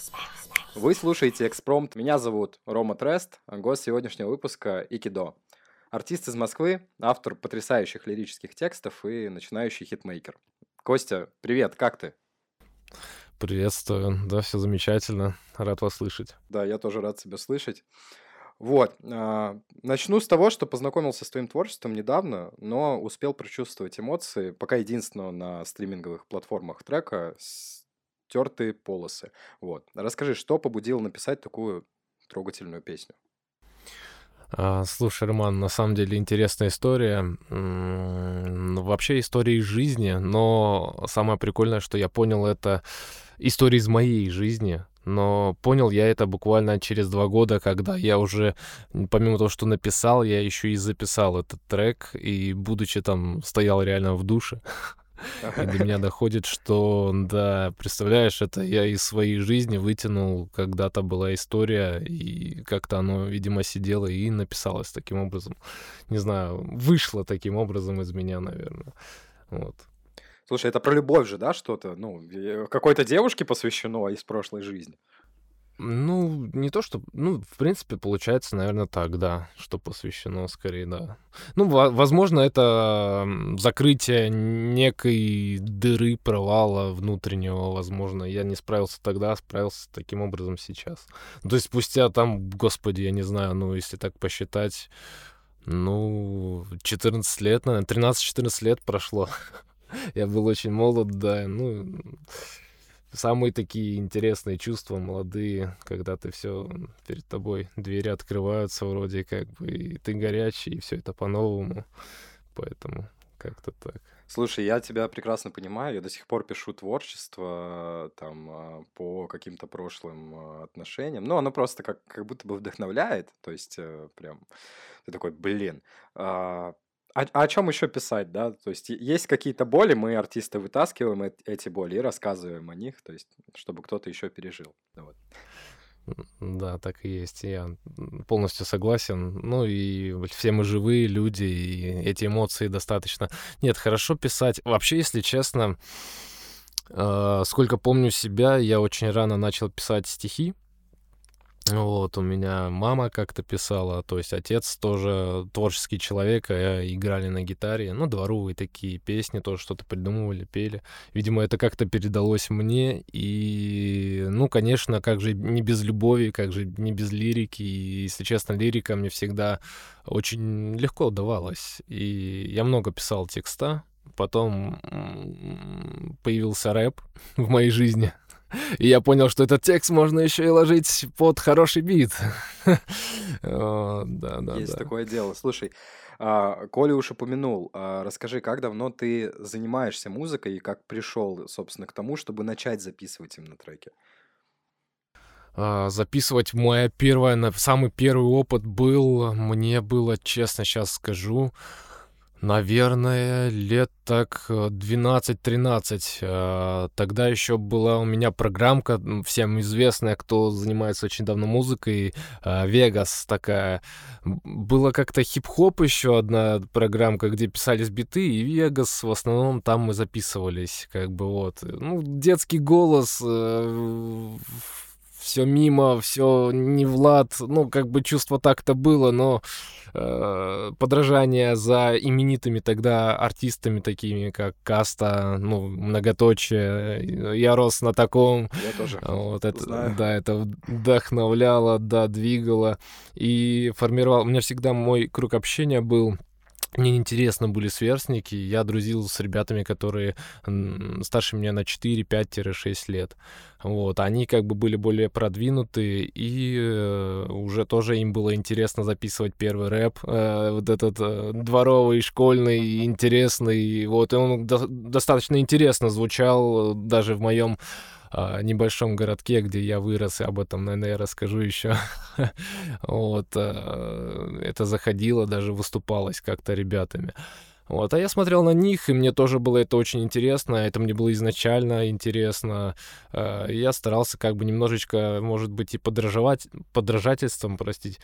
Вы слушаете «Экспромт». Меня зовут Рома Трест, а гость сегодняшнего выпуска Икидо. Артист из Москвы, автор потрясающих лирических текстов и начинающий хитмейкер. Костя, привет, как ты? Приветствую. Да, все замечательно. Рад вас слышать. Да, я тоже рад тебя слышать. Вот, начну с того, что познакомился с твоим творчеством недавно, но успел прочувствовать эмоции, пока единственного на стриминговых платформах трека «Стертые полосы». Вот, расскажи, что побудило написать такую трогательную песню? Слушай, Роман, на самом деле интересная история. Вообще история из жизни, но самое прикольное, что я понял, это история из моей жизни. Но понял я это буквально через 2 года, когда я уже, помимо того, что написал, я еще и записал этот трек, и будучи там, стоял реально в душе. И до меня доходит, что, да, представляешь, это я из своей жизни вытянул, когда-то была история, и как-то оно, видимо, сидело и написалось таким образом. Не знаю, вышло таким образом из меня, наверное. Вот. Слушай, это про любовь же, да, что-то? Ну, какой-то девушке посвящено из прошлой жизни. Ну, не то, что... Ну, в принципе, получается, наверное, так, да, что посвящено скорее, да. Ну, возможно, это закрытие некой дыры, провала внутреннего, возможно. Я не справился тогда, справился таким образом сейчас. Ну, то есть спустя там, господи, я не знаю, ну, если так посчитать, ну, 14 лет, наверное, 13-14 лет прошло. Я был очень молод, да, ну... Самые такие интересные чувства молодые, когда ты все перед тобой двери открываются вроде как бы, и ты горячий, и все это по-новому. Поэтому как-то так. Слушай, я тебя прекрасно понимаю, я до сих пор пишу творчество там по каким-то прошлым отношениям. Ну, оно просто как будто бы вдохновляет, то есть прям ты такой, блин. А о чем еще писать, да? То есть есть какие-то боли, мы, артисты, вытаскиваем эти боли и рассказываем о них, то есть чтобы кто-то еще пережил. Вот. Да, так и есть. Я полностью согласен. Ну и все мы живые люди, и эти эмоции достаточно... Нет, хорошо писать. Вообще, если честно, сколько помню себя, я очень рано начал писать стихи. Вот, у меня мама как-то писала, то есть отец тоже творческий человек, играли на гитаре, ну, дворовые такие песни, тоже что-то придумывали, пели. Видимо, это как-то передалось мне, и, ну, конечно, как же не без любови, как же не без лирики, и, если честно, лирика мне всегда очень легко давалась, и я много писал текста, потом появился рэп в моей жизни. И я понял, что этот текст можно еще и ложить под хороший бит. Да. Есть такое дело. Слушай, Коля уж упомянул, расскажи, как давно ты занимаешься музыкой и как пришел, собственно, к тому, чтобы начать записывать именно треки? Записывать самый первый опыт мне было, честно сейчас скажу, наверное, лет так 12-13. Тогда еще была у меня программка, всем известная, кто занимается очень давно музыкой, Vegas такая. Было как-то хип-хоп еще одна программка, где писались биты, и Vegas в основном там мы записывались, как бы вот. Ну, детский голос, все мимо, все не Влад, ну, как бы чувство так-то было, но подражание за именитыми тогда артистами, такими как Каста, ну, Многоточие, я рос на таком. Я тоже Вот это, знаю. да, это вдохновляло, да, двигало и формировало. У меня всегда мой круг общения был. Мне неинтересны были сверстники, я дружил с ребятами, которые старше меня на 4, 5-6 лет. Вот, они как бы были более продвинуты, и уже тоже им было интересно записывать первый рэп, вот этот дворовый, школьный, интересный, вот, и он достаточно интересно звучал даже в моем небольшом городке, где я вырос, и об этом, наверное, я расскажу еще. Вот, это заходило, даже выступалось как-то ребятами. Вот, а я смотрел на них, и мне тоже было это очень интересно, это мне было изначально интересно. Я старался как бы немножечко, может быть, и подражательством, простите,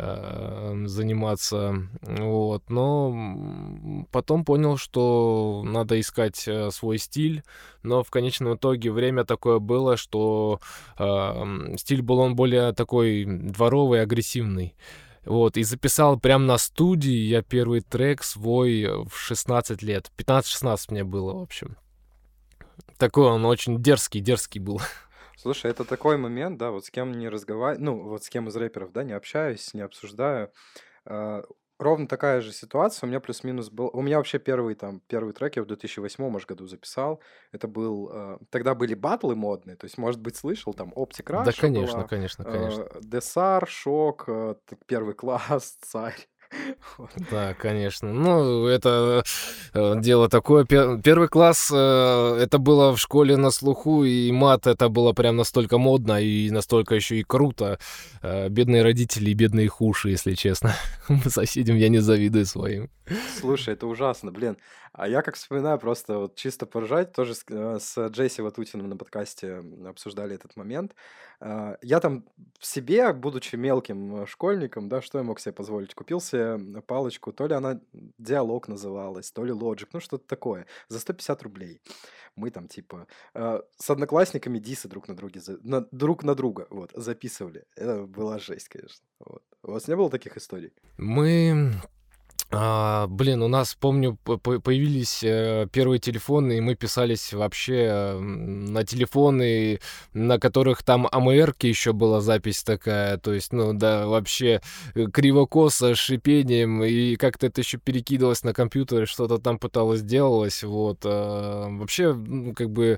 заниматься. Вот, но потом понял, что надо искать свой стиль, но в конечном итоге время такое было, что стиль был он более такой дворовый, агрессивный. Вот, и записал прям на студии я первый трек свой в 16 лет. 15-16 мне было, в общем. Такой он очень дерзкий был. Слушай, это такой момент, да, вот с кем не разговариваю, ну, вот с кем из рэперов, да, не общаюсь, не обсуждаю. А, Ровно такая же ситуация у меня плюс-минус был. У меня вообще первый трек я в 2008 аж году записал. Это был, тогда были батлы модные, то есть, может быть, слышал, там, Optic Да, Russia конечно, была, конечно, конечно. Десар, Шок, Первый класс, Царь. Вот. Да, конечно. Ну, это дело такое. Первый класс, это было в школе на слуху, и мат это было прям настолько модно и настолько еще и круто. Бедные родители и бедные их уши, если честно. Соседям я не завидую своим. Слушай, это ужасно, блин. А я как вспоминаю, просто вот чисто поржать, тоже с Джесси Ватутиным на подкасте обсуждали этот момент. Я там в себе, будучи мелким школьником, да, что я мог себе позволить? Купил себе палочку, то ли она Диалог называлась, то ли Logic, ну что-то такое, за 150 рублей. Мы там типа с одноклассниками дисы друг на друга вот, записывали. Это была жесть, конечно. Вот. У вас не было таких историй? Мы Блин, у нас, помню, появились первые телефоны, и мы писались вообще на телефоны, на которых там АМРки еще была запись такая, то есть, ну да, вообще криво-косо, с шипением, и как-то это еще перекидывалось на компьютере, что-то там пыталось делалось, вот. Вообще, ну, как бы,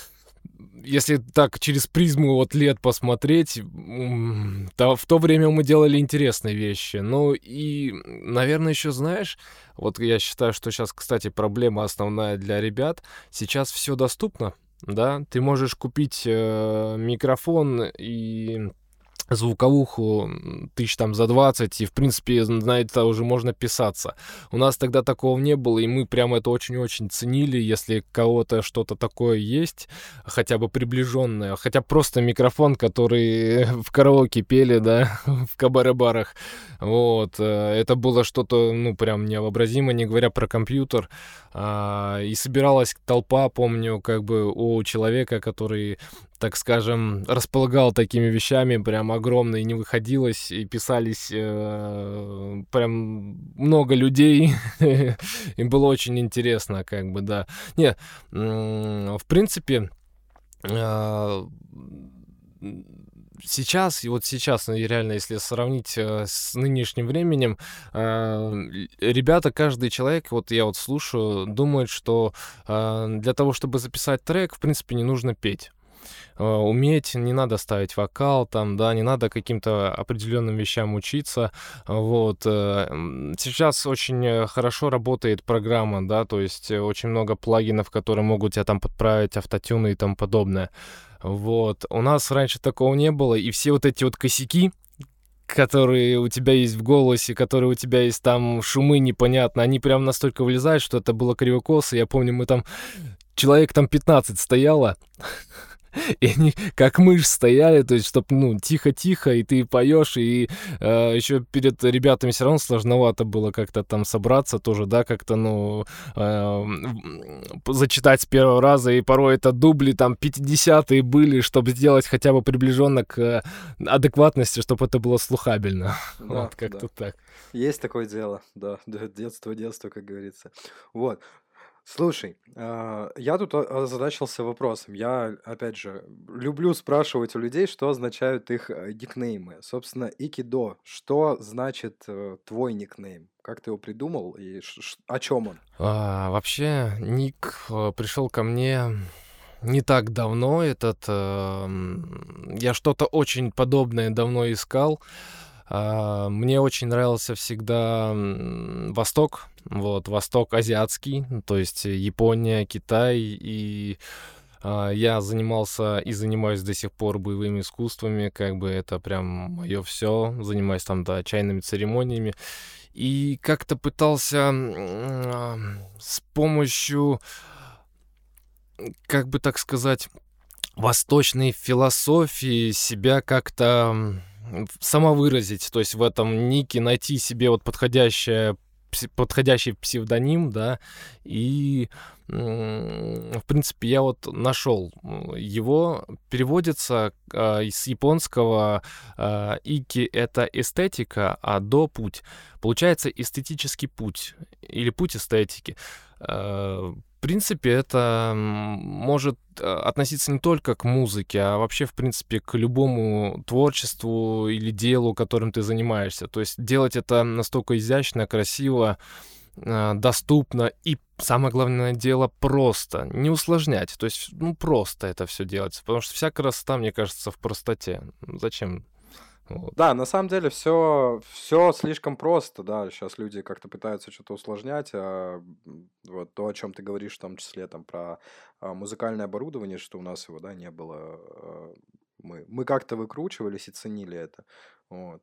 если так через призму вот лет посмотреть, то в то время мы делали интересные вещи. Ну и, наверное, еще знаешь, вот я считаю, что сейчас, кстати, проблема основная для ребят. Сейчас все доступно, да? Ты можешь купить микрофон и звуковуху тысяч там за 20, и, в принципе, на это уже можно писаться. У нас тогда такого не было, и мы прям это очень-очень ценили, если у кого-то что-то такое есть, хотя бы приближенное, хотя просто микрофон, который в караоке пели, да, в кабаре-барах. Вот, это было что-то, ну, прям невообразимо, не говоря про компьютер. И собиралась толпа, помню, как бы у человека, который, так скажем, располагал такими вещами, прям огромно, и не выходилось, и писались прям много людей, и было очень интересно, как бы, да. Не, в принципе, а, сейчас, и вот сейчас, ну, и реально, если сравнить с нынешним временем, ребята, каждый человек, вот я вот слушаю, думает, что для того, чтобы записать трек, в принципе, не нужно петь. Уметь, не надо ставить вокал там, да, не надо каким-то определенным вещам учиться, вот. Сейчас очень хорошо работает программа, да, то есть очень много плагинов, которые могут тебя там подправить, автотюны и тому подобное. Вот. У нас раньше такого не было, и все вот эти вот косяки, которые у тебя есть в голосе, которые у тебя есть там шумы непонятно, они прям настолько вылезают, что это было криво-косо. Я помню, мы там человек там 15 стояло, и они как мышь стояли, то есть, чтобы, ну, тихо-тихо, и ты поешь, и еще перед ребятами все равно сложновато было как-то там собраться тоже, да, как-то, ну, зачитать с первого раза, и порой это дубли там 50-е были, чтобы сделать хотя бы приближенно к адекватности, чтобы это было слухабельно. Да, Вот, как-то да. так. Есть такое дело, да, да, детство, как говорится. Вот. Слушай, я тут озадачился вопросом. Я, опять же, люблю спрашивать у людей, что означают их никнеймы. Собственно, Икидо, что значит твой никнейм? Как ты его придумал и о чем он? Вообще, ник пришел ко мне не так давно. Я что-то очень подобное давно искал. Мне очень нравился всегда Восток, вот, Восток азиатский, ну, то есть Япония, Китай, и я занимался и занимаюсь до сих пор боевыми искусствами, как бы это прям мое все, занимаюсь там, да, чайными церемониями. и как-то пытался с помощью, как бы так сказать, восточной философии себя как-то самовыразить, то есть в этом нике найти себе вот подходящий псевдоним, да, и, в принципе, я вот нашел его. Переводится с японского ики — это эстетика, а до — путь. Получается эстетический путь или путь эстетики. В принципе, это может относиться не только к музыке, а вообще, в принципе, к любому творчеству или делу, которым ты занимаешься. То есть делать это настолько изящно, красиво, доступно и, самое главное дело, просто. Не усложнять. То есть, просто это все делать. Потому что вся красота, мне кажется, в простоте. Зачем? Вот. Да, на самом деле все слишком просто, да. Сейчас люди как-то пытаются что-то усложнять, вот то, о чем ты говоришь, в том числе там про музыкальное оборудование, что у нас его, да, не было. Мы как-то выкручивались и ценили это. Вот.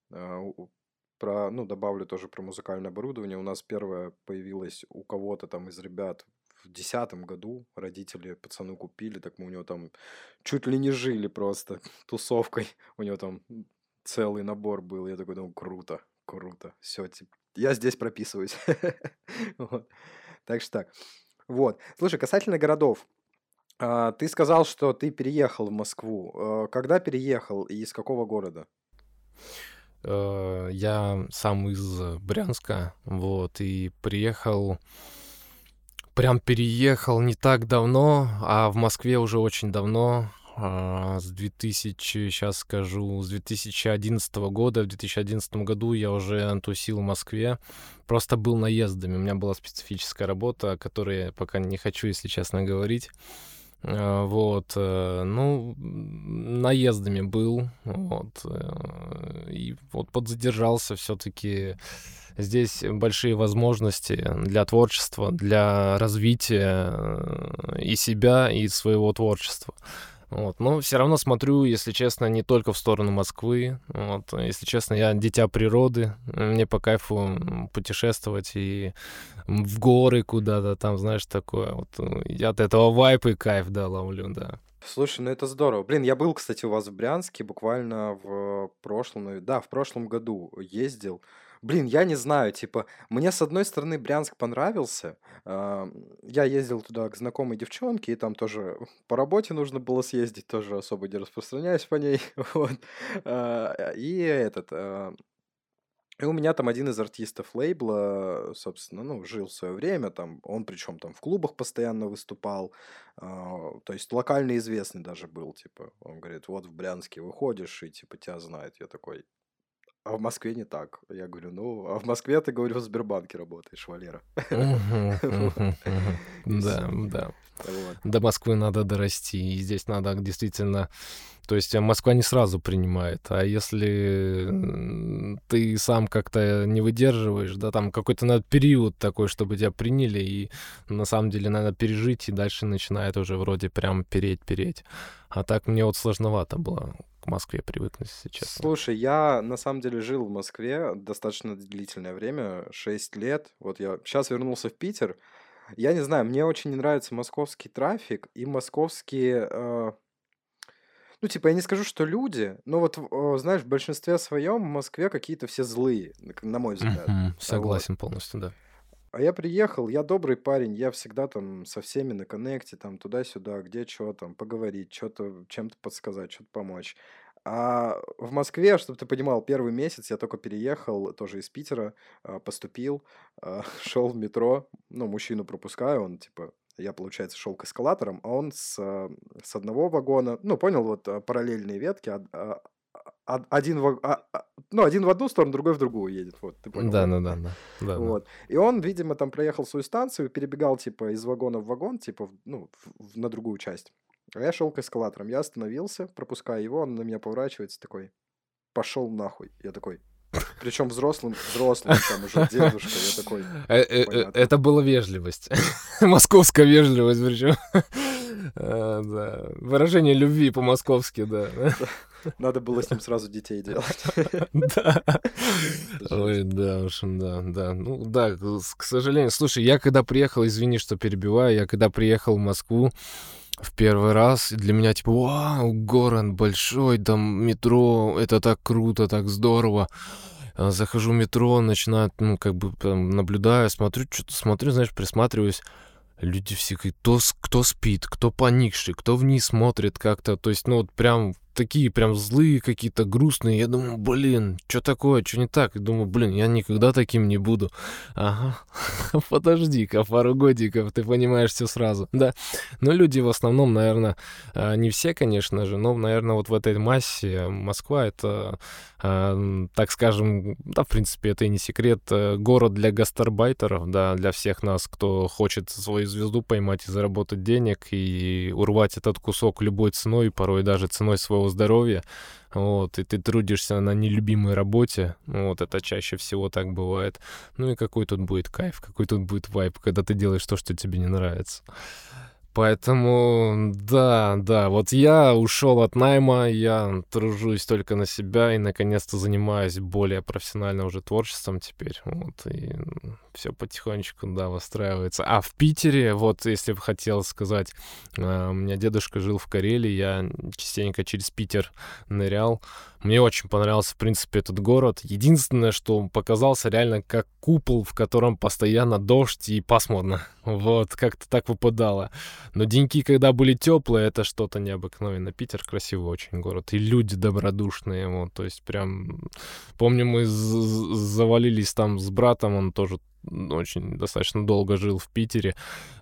Добавлю тоже про музыкальное оборудование. У нас первое появилось у кого-то там из ребят в 2010 году. Родители пацану купили, так мы у него там чуть ли не жили просто тусовкой. У него там целый набор был. Я такой думал, круто, круто. Все, я здесь прописываюсь. Вот. Так что так. Вот. Слушай, касательно городов. Ты сказал, что ты переехал в Москву. Когда переехал и из какого города? Я сам из Брянска, вот, и переехал не так давно, а в Москве уже очень давно, с 2011 года. В 2011 году я уже тусил в Москве, просто был наездами. У меня была специфическая работа, о которой я пока не хочу, если честно, говорить. Вот, наездами был, вот, и вот подзадержался все-таки. Здесь большие возможности для творчества, для развития и себя, и своего творчества. Вот. Но все равно смотрю, если честно, не только в сторону Москвы. Вот. Если честно, я дитя природы. Мне по кайфу путешествовать и в горы куда-то там, знаешь, такое. Вот. Я от этого вайп и кайф, да, ловлю, да. Слушай, ну это здорово. Блин, я был, кстати, у вас в Брянске буквально в прошлом году ездил. Блин, я не знаю, типа, мне с одной стороны Брянск понравился. Я ездил туда к знакомой девчонке, и там тоже по работе нужно было съездить, тоже особо не распространяюсь по ней. Вот. И у меня там один из артистов лейбла, собственно, жил в свое время, там, он причем там в клубах постоянно выступал, то есть локально известный даже был, типа, он говорит, вот в Брянске выходишь, и типа тебя знают. Я такой, а в Москве не так. Я говорю, а в Москве ты, говорю, в Сбербанке работаешь, Валера. Мгм, Вот. мгм, мгм. И Да, все. да. Вот. До Москвы надо дорасти, и здесь надо действительно... То есть Москва не сразу принимает, а если ты сам как-то не выдерживаешь, да, там какой-то надо период такой, чтобы тебя приняли, и на самом деле надо пережить, и дальше начинает уже вроде прям переть. А так мне вот сложновато было к Москве привыкнуть, если честно. Слушай, я на самом деле жил в Москве достаточно длительное время, 6 лет. Вот я сейчас вернулся в Питер. Я не знаю, мне очень не нравится московский трафик и московские... типа, я не скажу, что люди, но вот, знаешь, в большинстве своем в Москве какие-то все злые, на мой взгляд. Мгм. Вот. Согласен полностью, да. А я приехал, я добрый парень, я всегда там со всеми на коннекте, там туда-сюда, где что там, поговорить, что-то, чем-то подсказать, что-то помочь. А в Москве, чтобы ты понимал, первый месяц я только переехал, тоже из Питера, поступил, шел в метро, мужчину пропускаю, он типа, я, получается, шел к эскалаторам, а он с одного вагона, понял, вот параллельные ветки, один в одну сторону, другой в другую едет, вот, ты понял, да? Да. Вот. И он, видимо, там проехал свою станцию, перебегал, типа, из вагона в вагон, типа, на другую часть. А я шел к эскалаторам. Я остановился, пропуская его, он на меня поворачивается, такой, пошел нахуй. Я такой, причем взрослым, там уже дедушка, я такой, понятно. Это была вежливость. Московская вежливость, причем. Да. Выражение любви по-московски, да. Надо было с ним сразу детей делать. Да. Это Ой, жесть. да уж, да, да. Ну да, к сожалению. Слушай, я когда приехал, извини, что перебиваю, я когда приехал в Москву в первый раз, и для меня типа, вау, город большой, там метро, это так круто, так здорово. Захожу в метро, начинаю, ну, как бы там наблюдаю, смотрю, что-то смотрю, знаешь, присматриваюсь. Люди все, кто спит, кто поникший, кто вниз смотрит как-то. То есть, ну, вот прям такие прям злые какие-то, грустные. Я думаю, блин, что такое, что не так? И думаю, блин, я никогда таким не буду. Ага, подожди-ка, пару годиков, ты понимаешь все сразу. Да, но люди в основном, наверное, не все, конечно же, но, наверное, вот в этой массе Москва — это, так скажем, да, в принципе, это и не секрет, город для гастарбайтеров, да, для всех нас, кто хочет свою звезду поймать и заработать денег, и урвать этот кусок любой ценой, порой даже ценой своего здоровья. Вот, и ты трудишься на нелюбимой работе, вот, это чаще всего так бывает. Ну и какой тут будет кайф, какой тут будет вайб, когда ты делаешь то, что тебе не нравится. Поэтому, да, да, вот я ушел от найма, я тружусь только на себя и, наконец-то, занимаюсь более профессионально уже творчеством теперь, вот, и все потихонечку, да, выстраивается. А в Питере, вот, если бы хотел сказать, у меня дедушка жил в Карелии, я частенько через Питер нырял. Мне очень понравился, в принципе, этот город. Единственное, что он показался реально как купол, в котором постоянно дождь и пасмурно. Вот, как-то так выпадало. Но деньки, когда были теплые, это что-то необыкновенное. Питер красивый очень город. И люди добродушные. Вот, то есть прям... Помню, мы завалились там с братом, он тоже очень достаточно долго жил в Питере.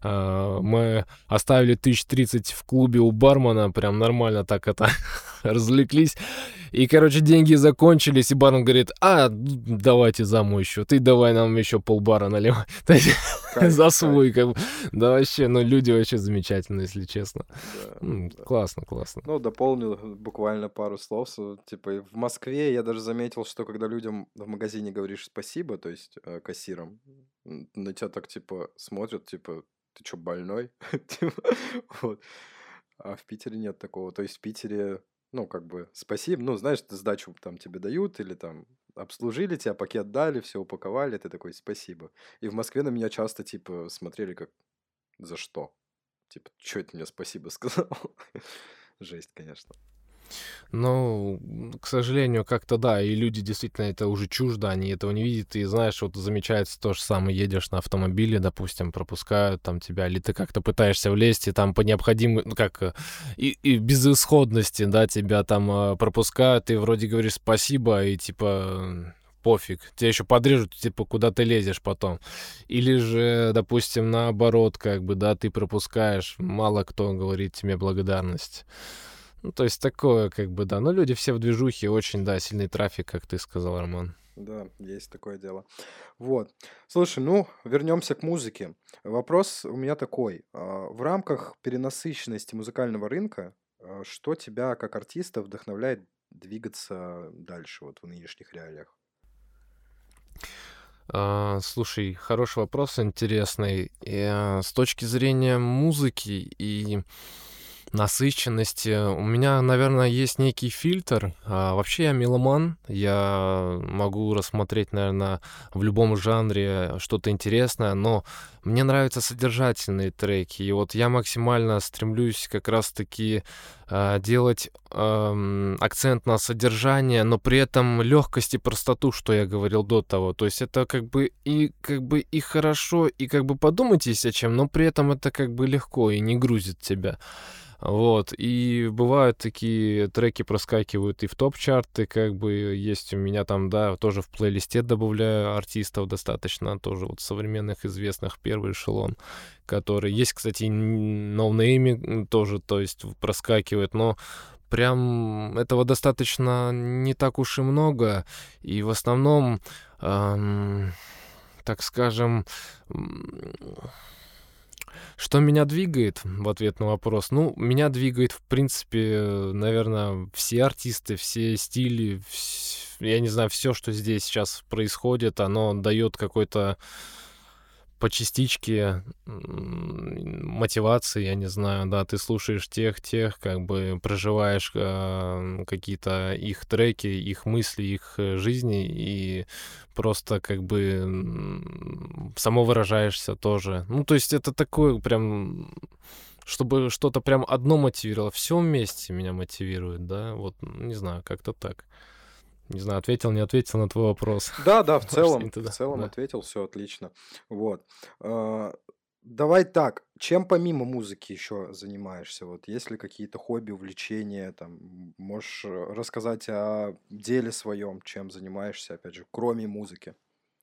Мы оставили 1030 в клубе у бармена, прям нормально так это развлеклись. И, короче, деньги закончились, и бармен говорит, давайте за мой счет, и давай нам еще полбара наливай. То есть Кайф, за кайф. свой, как бы. Да вообще, ну люди вообще замечательные, если честно. Да, да. Классно, классно. Ну, дополнил буквально пару слов. Типа, и в Москве я даже заметил, что когда людям в магазине говоришь спасибо, то есть кассирам, на тебя так, типа, смотрят, типа, ты чё, больной? Типа, вот. А в Питере нет такого. То есть в Питере, ну, как бы, спасибо. Ну, знаешь, сдачу там тебе дают или там обслужили тебя, пакет дали, все упаковали, ты такой, спасибо. И в Москве на меня часто, типа, смотрели как, за что? Типа, что это мне спасибо сказал? Жесть, конечно. Ну, к сожалению, как-то да, и люди действительно это уже чуждо, они этого не видят, и знаешь, вот замечается то же самое, едешь на автомобиле, допустим, пропускают там тебя, или ты как-то пытаешься влезть, и там по необходимой, ну как, и безысходности, да, тебя там пропускают, и вроде говоришь спасибо, и типа пофиг, тебя еще подрежут, типа, куда ты лезешь потом. Или же, допустим, наоборот, как бы, да, ты пропускаешь, мало кто говорит тебе благодарность. Ну, то есть такое, как бы, да. Но люди все в движухе, очень, да, сильный трафик, как ты сказал, Роман. Да, есть такое дело. Вот. Слушай, ну, вернемся к музыке. Вопрос у меня такой. В рамках перенасыщенности музыкального рынка, что тебя как артиста вдохновляет двигаться дальше вот в нынешних реалиях? Слушай, хороший вопрос, интересный. С точки зрения музыки и насыщенности, у меня, наверное, есть некий фильтр. Вообще я меломан, я могу рассмотреть, наверное, в любом жанре что-то интересное, но мне нравятся содержательные треки. И вот я максимально стремлюсь как раз-таки делать акцент на содержание, но при этом легкость и простоту, что я говорил до того. То есть это как бы и хорошо, и как бы подумать есть о чем, но при этом это как бы легко и не грузит тебя. Вот, и бывают такие треки проскакивают и в топ-чарты, как бы есть у меня там, да, тоже в плейлисте добавляю артистов достаточно, тоже вот современных известных, первый эшелон, который есть, кстати, ноунейми тоже, то есть проскакивает, но прям этого достаточно не так уж и много, и в основном, так скажем, что меня двигает, в ответ на вопрос? Ну, меня двигает, в принципе, наверное, все артисты, все стили, я не знаю, все, что здесь сейчас происходит, оно дает какой-то по частичке мотивации, я не знаю, да, ты слушаешь тех, как бы проживаешь какие-то их треки, их мысли, их жизни, и просто как бы самовыражаешься тоже. Ну, то есть это такое прям, чтобы что-то прям одно мотивировало, все вместе меня мотивирует, да, вот, не знаю, как-то так. Не знаю, ответил, не ответил на твой вопрос. Да, да, в Может, целом, не в туда, целом да. ответил, все отлично. Вот. А, Давай так, чем помимо музыки еще занимаешься? Вот есть ли какие-то хобби, увлечения, там, можешь рассказать о деле своем, чем занимаешься, опять же, кроме музыки?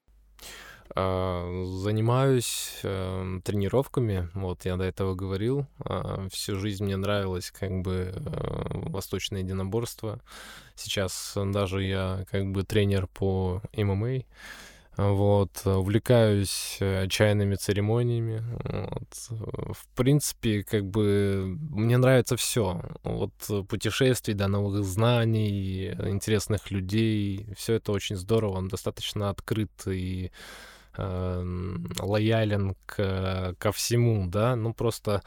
Занимаюсь, тренировками. Вот я до этого говорил. Всю жизнь мне нравилось как бы, восточное единоборство. Сейчас даже я как бы тренер по ММА. Вот, увлекаюсь, чайными церемониями. Вот. В принципе, как бы мне нравится все. Вот, путешествий до новых знаний, интересных людей. Все это очень здорово. Он достаточно открыт и лоялен ко всему, да. Ну, просто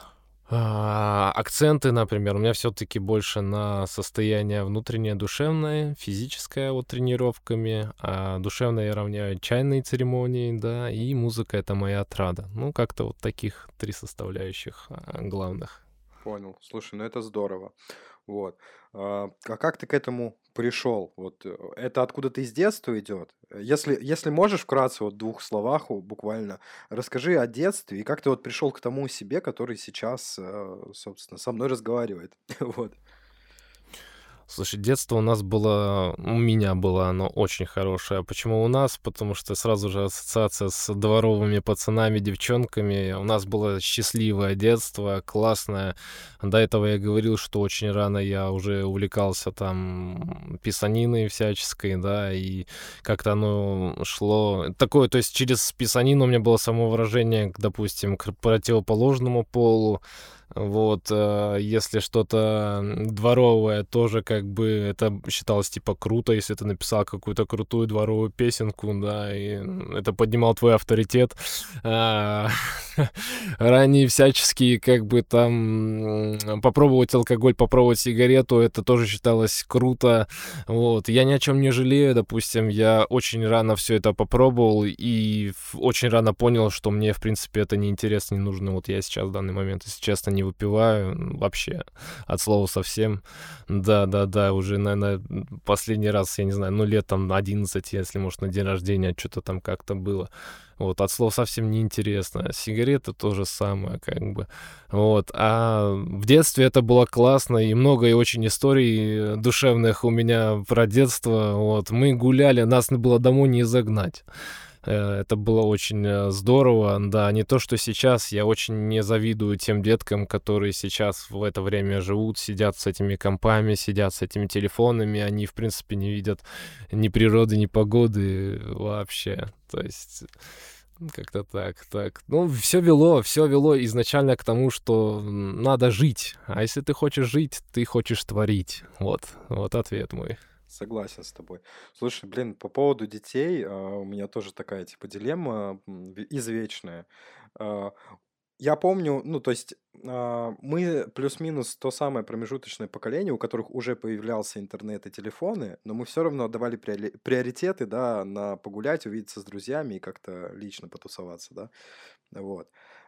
акценты, например, у меня все-таки больше на состояние внутреннее, душевное, физическое вот тренировками, а душевное я равняю чайные церемонии, да, и музыка — это моя отрада. Ну, как-то вот таких три составляющих главных. Понял. Слушай, ну это здорово. Вот. А как ты к этому пришел? Вот это откуда-то из детства идет? Если можешь вкратце, вот в двух словах, буквально, расскажи о детстве и как ты вот пришел к тому себе, который сейчас, собственно, со мной разговаривает. Вот. Слушай, детство у меня было оно очень хорошее. Почему у нас? Потому что сразу же ассоциация с дворовыми пацанами, девчонками. У нас было счастливое детство, классное. До этого я говорил, что очень рано я уже увлекался там писаниной всяческой, да, и как-то оно шло. Такое, то есть через писанину у меня было самовыражение, допустим, к противоположному полу. Вот, если что-то дворовое, тоже как бы это считалось типа круто, если ты написал какую-то крутую дворовую песенку, да, и это поднимал твой авторитет. А, Ранние всяческие, как бы там попробовать алкоголь, попробовать сигарету, это тоже считалось круто. Вот, я ни о чем не жалею, допустим, я очень рано все это попробовал и очень рано понял, что мне, в принципе, это неинтересно, не нужно. Вот я сейчас в данный момент, если честно, не выпиваю вообще от слова совсем. Да, уже, наверное, последний раз, я не знаю, ну, лет там 11, если, может, на день рождения что-то там как-то было. Вот, от слова совсем неинтересно. Сигареты то же самое, как бы. Вот, а в детстве это было классно, и много и очень историй душевных у меня про детство. Вот, мы гуляли, нас было домой не загнать. Это было очень здорово, да, не то, что сейчас. Я очень не завидую тем деткам, которые сейчас в это время живут, сидят с этими компами, сидят с этими телефонами, они, в принципе, не видят ни природы, ни погоды вообще. То есть как-то так. Ну, все вело изначально к тому, что надо жить. А если ты хочешь жить, ты хочешь творить. Вот ответ мой. Согласен с тобой. Слушай, блин, по поводу детей, у меня тоже такая, типа, дилемма извечная. А, Я помню, ну, то есть мы плюс-минус то самое промежуточное поколение, у которых уже появлялся интернет и телефоны, но мы все равно отдавали приоритеты, да, на погулять, увидеться с друзьями и как-то лично потусоваться, да, вот.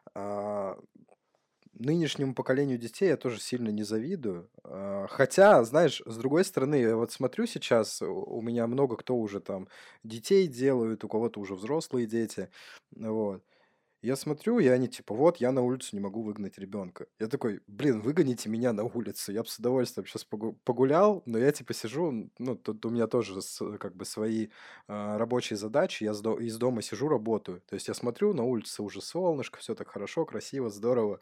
А, Нынешнему поколению детей я тоже сильно не завидую. Хотя, знаешь, с другой стороны, я вот смотрю сейчас, у меня много кто уже там детей делают, у кого-то уже взрослые дети, вот. Я смотрю, и они типа, вот, я на улицу не могу выгнать ребенка. Я такой, блин, выгоните меня на улицу. Я бы с удовольствием сейчас погулял, но я типа сижу, ну, тут у меня тоже как бы свои рабочие задачи. Я из дома сижу, работаю. То есть я смотрю, на улице уже солнышко, все так хорошо, красиво, здорово.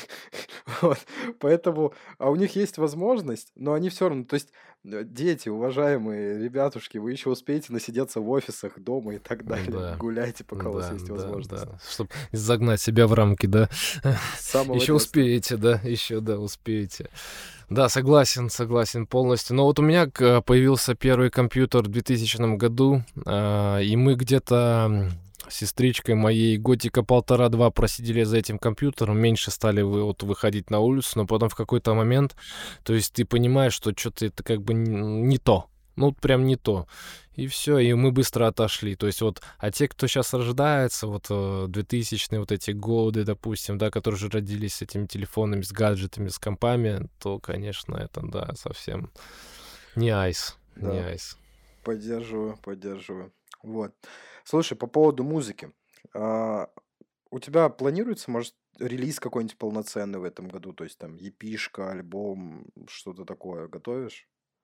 Вот. Поэтому, а у них есть возможность, но они все равно, то есть дети, уважаемые ребятушки, вы еще успеете насидеться в офисах, дома и так далее. Да, Гуляйте, пока у вас да, есть да, возможность. да. Чтобы загнать себя в рамки, да. С самого Еще детства. успеете, да, еще, да, успеете. Да, согласен полностью. Но вот у меня появился первый компьютер в 2000 году, и мы где-то сестричкой моей годика 1,5-2 просидели за этим компьютером, меньше стали выходить на улицу, но потом в какой-то момент, то есть ты понимаешь, что что-то это как бы не то. Ну, прям не то. И все, и мы быстро отошли. То есть вот, а те, кто сейчас рождается, вот 2000-е вот эти годы, допустим, да, которые же родились с этими телефонами, с гаджетами, с компами, то, конечно, это, да, совсем не айс, не Да, айс. поддерживаю. Вот. Слушай, по поводу музыки. а, У тебя планируется, может, релиз какой-нибудь полноценный в этом году? То есть там епишка, альбом, что-то такое готовишь?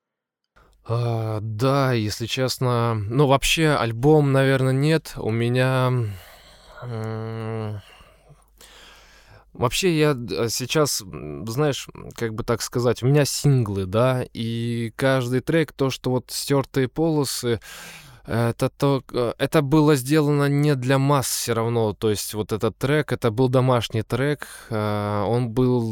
Да, если честно, ну, вообще альбом, наверное, нет. У меня... м, Вообще я сейчас, знаешь, как бы так сказать, у меня синглы, да, и каждый трек, то, что вот стертые полосы, это было сделано не для масс все равно. То есть вот этот трек, это был домашний трек, он был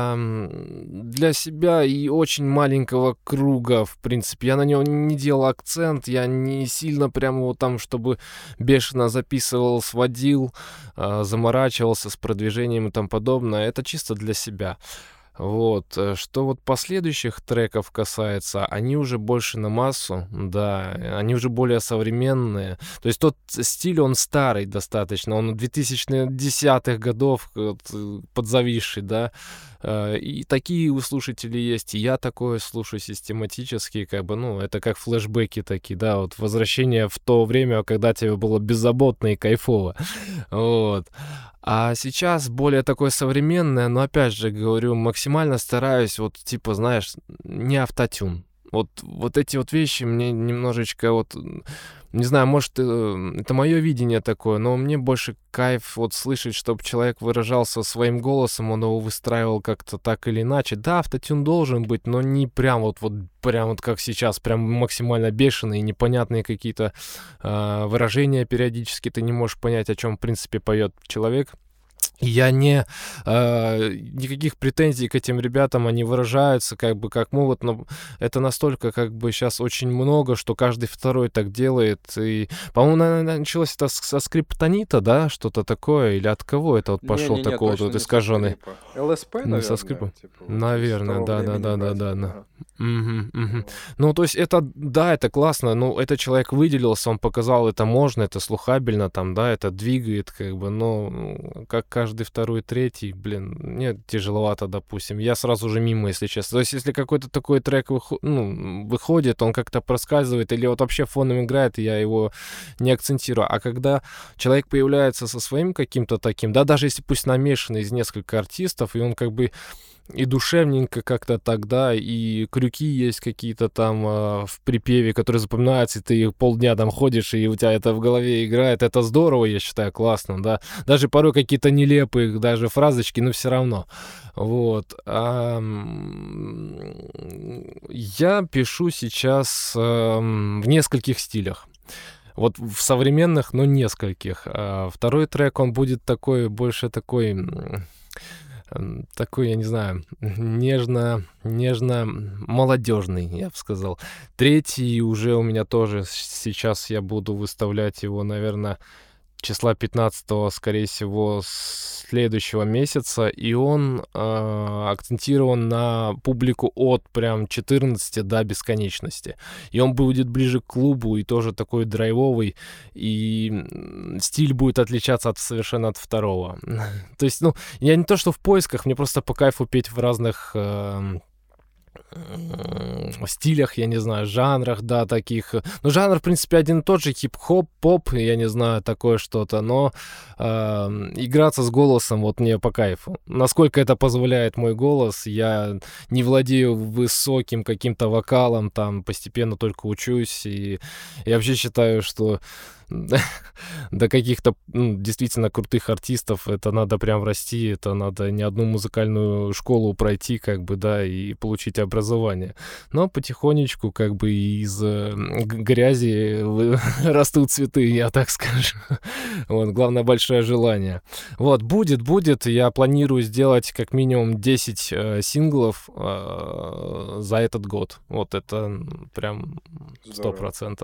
для себя и очень маленького круга, в принципе. Я на него не делал акцент, я не сильно прямо вот там, чтобы бешено записывал, сводил, заморачивался с продвижением и тому подобное. Это чисто для себя. Вот, что вот последующих треков касается, они уже больше на массу, да, они уже более современные. То есть тот стиль, он старый достаточно, он 2010-х годов вот, подзависший, да. И такие у слушателей есть, и я такое слушаю систематически, как бы, ну, это как флешбеки такие, да, вот возвращение в то время, когда тебе было беззаботно и кайфово. Вот. А сейчас более такое современное, но опять же говорю, максимально стараюсь, вот типа, знаешь, не автотюн. Вот эти вот вещи мне немножечко вот, не знаю, может, это мое видение такое, но мне больше кайф вот слышать, чтобы человек выражался своим голосом, он его выстраивал как-то так или иначе. Да, автотюн должен быть, но не прям вот как сейчас, прям максимально бешеные, непонятные какие-то выражения периодически, ты не можешь понять, о чем, в принципе, поет человек. Я никаких претензий к этим ребятам, они выражаются как бы как могут, но это настолько как бы сейчас очень много, что каждый второй так делает. И, по-моему, началось это со скриптонита, да, что-то такое, или от кого это вот пошел Не-не-не, такой точно вот не со искаженный? скрипа. ЛСП, Не со наверное, скрипом? типа вот из Наверное, того времени да. братьев. Да. Ага. Мгм, мгм. Вот. Ну, то есть это, да, это классно, ну, этот человек выделился, он показал, это можно, это слухабельно, там, да, это двигает, как бы, но как каждый второй, третий, блин, мне тяжеловато, допустим. Я сразу же мимо, если честно. То есть если какой-то такой трек выходит, он как-то проскальзывает, или вот вообще фоном играет, и я его не акцентирую. А когда человек появляется со своим каким-то таким, да, даже если пусть намешанный из нескольких артистов, и он как бы и душевненько как-то тогда, и крюки есть какие-то там в припеве, которые запоминаются, и ты полдня там ходишь, и у тебя это в голове играет. Это здорово, я считаю, классно, да. Даже порой какие-то нелепые даже фразочки, но все равно. Вот. Я пишу сейчас в нескольких стилях. Вот в современных, но нескольких. Второй трек, он будет такой, больше такой... такой, я не знаю, нежно-молодежный, я бы сказал. Третий уже у меня тоже сейчас я буду выставлять его, наверное, числа 15-го, скорее всего, следующего месяца, и он акцентирован на публику от прям 14 до бесконечности. И он будет ближе к клубу, и тоже такой драйвовый, и стиль будет отличаться совершенно от второго. То есть, ну, я не то, что в поисках, мне просто по кайфу петь в разных стилях, я не знаю, жанрах, да, таких. Ну, жанр, в принципе, один и тот же, хип-хоп, поп, я не знаю, такое что-то, но играться с голосом вот мне по кайфу. Насколько это позволяет мой голос, я не владею высоким каким-то вокалом, там, постепенно только учусь, и я вообще считаю, что до каких-то действительно крутых артистов это надо прям расти, это надо не одну музыкальную школу пройти, как бы, да, и получить образование. Но потихонечку, как бы, из грязи растут цветы, я так скажу. Вот, главное, большое желание. Вот, будет, я планирую сделать как минимум 10 синглов за этот год. Вот это прям Здорово. 100%.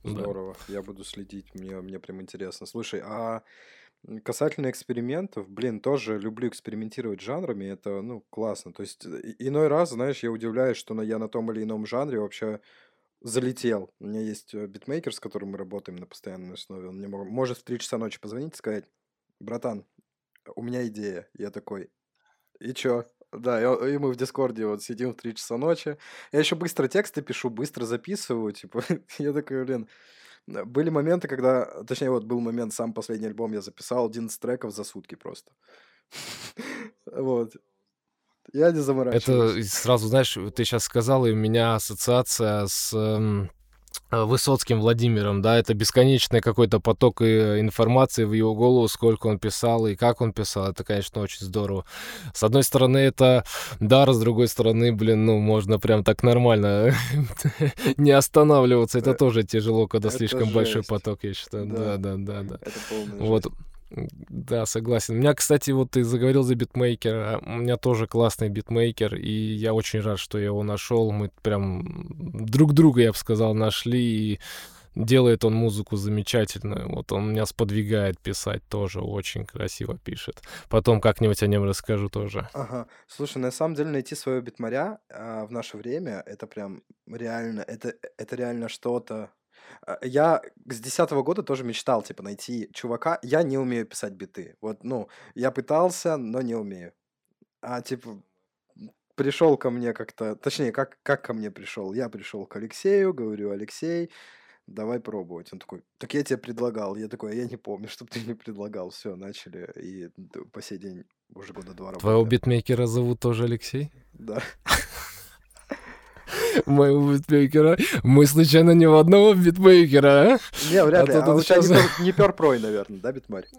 Да. Здорово, я буду следить, мне прям интересно. Слушай, а касательно экспериментов, блин, тоже люблю экспериментировать с жанрами, это, ну, классно. То есть иной раз, знаешь, я удивляюсь, что я на том или ином жанре вообще залетел. У меня есть битмейкер, с которым мы работаем на постоянной основе. Он мне может в 3 часа ночи позвонить и сказать: братан, у меня идея. Я такой: и чё? Да, и мы в Дискорде вот сидим в 3 часа ночи. Я еще быстро тексты пишу, быстро записываю, типа, я такой, блин. Были моменты, когда, точнее, вот был момент, сам последний альбом я записал 11 треков за сутки просто. Вот. Я не Это заморачиваюсь. сразу, знаешь, ты сейчас сказал, и у меня ассоциация с Высоцким Владимиром, да, это бесконечный какой-то поток информации в его голову, сколько он писал и как он писал, это, конечно, очень здорово. С одной стороны, это дар, с другой стороны, блин, ну, можно прям так нормально не останавливаться, это Э, тоже тяжело, когда Это слишком большой жесть. поток, я считаю, Да, да. это полная Вот, жесть. да, согласен. У меня, кстати, вот ты заговорил за битмейкера. У меня тоже классный битмейкер, и я очень рад, что я его нашел. Мы прям друг друга, я бы сказал, нашли, и делает он музыку замечательную. Вот он меня сподвигает писать тоже, очень красиво пишет. Потом как-нибудь о нем расскажу тоже. Ага. Слушай, на самом деле найти своего битмаря в наше время, это прям реально, это реально что-то. Я с 10-го года тоже мечтал, типа, найти чувака. Я не умею писать биты. Вот, ну, я пытался, но не умею. А, типа, пришел ко мне как-то, точнее, как ко мне пришел? Я пришел к Алексею, говорю: Алексей, давай пробовать. Он такой: так я тебе предлагал. Я такой: а я не помню, чтобы ты мне предлагал. Все, начали, и по сей день уже года 2 Твоего работаем. битмейкера зовут тоже Алексей? Да. Моего битмейкера? Мы случайно не в одного битмейкера, а? Не, вряд А ли. то А тут у тебя сейчас... не Перпрой, наверное, да, битмарь?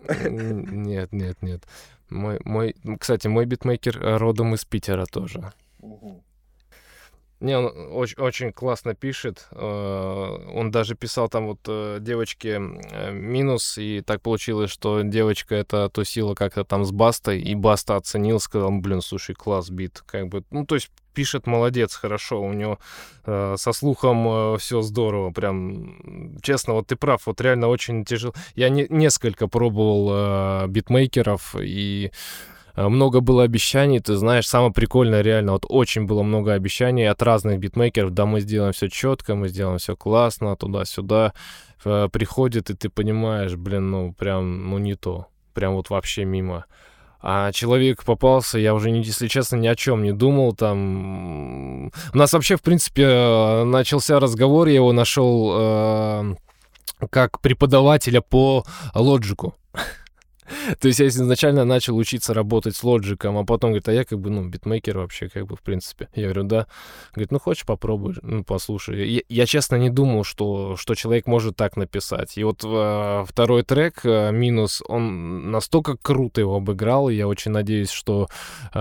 Нет. Кстати, мой битмейкер родом из Питера тоже. Мгм. Не, он очень классно пишет. Он даже писал там вот девочке минус, и так получилось, что девочка это тусила как-то там с Бастой, и Баста оценил, сказал: блин, слушай, класс бит. Как бы, ну, то есть пишет молодец, хорошо, у него со слухом все здорово, прям, честно, вот ты прав, вот реально очень тяжело. Я несколько пробовал битмейкеров, и много было обещаний, ты знаешь, самое прикольное реально, вот очень было много обещаний от разных битмейкеров, да, мы сделаем все четко, мы сделаем все классно, туда-сюда, приходит, и ты понимаешь, блин, ну, прям, ну, не то, прям вот вообще мимо. А человек попался, я уже, если честно, ни о чем не думал. Там у нас вообще, в принципе, начался разговор, я его нашел как преподавателя по лоджику. То есть я изначально начал учиться работать с лоджиком, а потом говорит: а я как бы, ну, битмейкер вообще, как бы, в принципе. Я говорю: да. Говорит: ну, хочешь, попробуй, ну, послушай. Я честно не думал, что человек может так написать. И вот второй трек, «Минус», он настолько круто его обыграл, и я очень надеюсь, что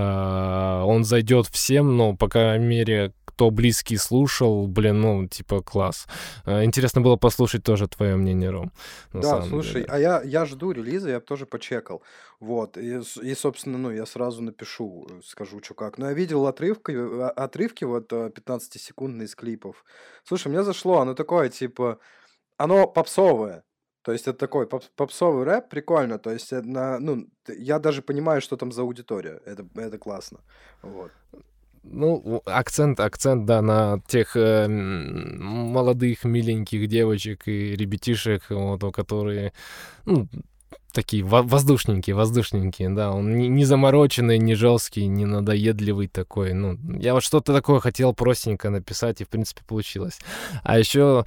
он зайдет всем, но, по крайней мере, кто близкий слушал, блин, ну, типа, класс. Интересно было послушать тоже твое мнение, Ром, на Да, самом слушай, деле. а я жду релиза, я бы тоже почекал. Вот, и, собственно, ну, я сразу напишу, скажу, что как. Но я видел отрывки вот 15-секундные из клипов. Слушай, мне зашло, оно такое, типа, оно попсовое. То есть это такой попсовый рэп, прикольно. То есть ну, я даже понимаю, что там за аудитория. Это классно. Вот. Ну, акцент, да, на тех молодых, миленьких девочек и ребятишек, вот, которые, ну, такие воздушненькие, да. Он не замороченный, не жесткий, не надоедливый такой. Ну, я вот что-то такое хотел простенько написать, и, в принципе, получилось. А еще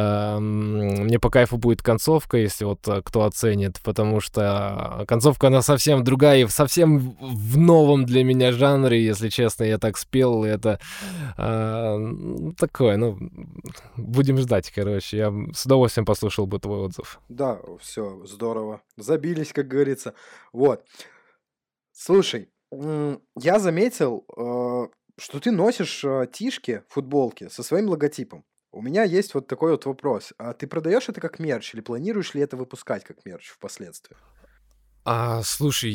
мне по кайфу будет концовка, если вот кто оценит, потому что концовка, она совсем другая и совсем в новом для меня жанре, если честно. Я так спел, и это такое, ну, будем ждать, короче. Я с удовольствием послушал бы твой отзыв. Да, все, здорово. Забились, как говорится. Вот. Слушай, я заметил, что ты носишь тишки, футболки со своим логотипом. У меня есть вот такой вот вопрос. А ты продаешь это как мерч или планируешь ли это выпускать как мерч впоследствии? Слушай,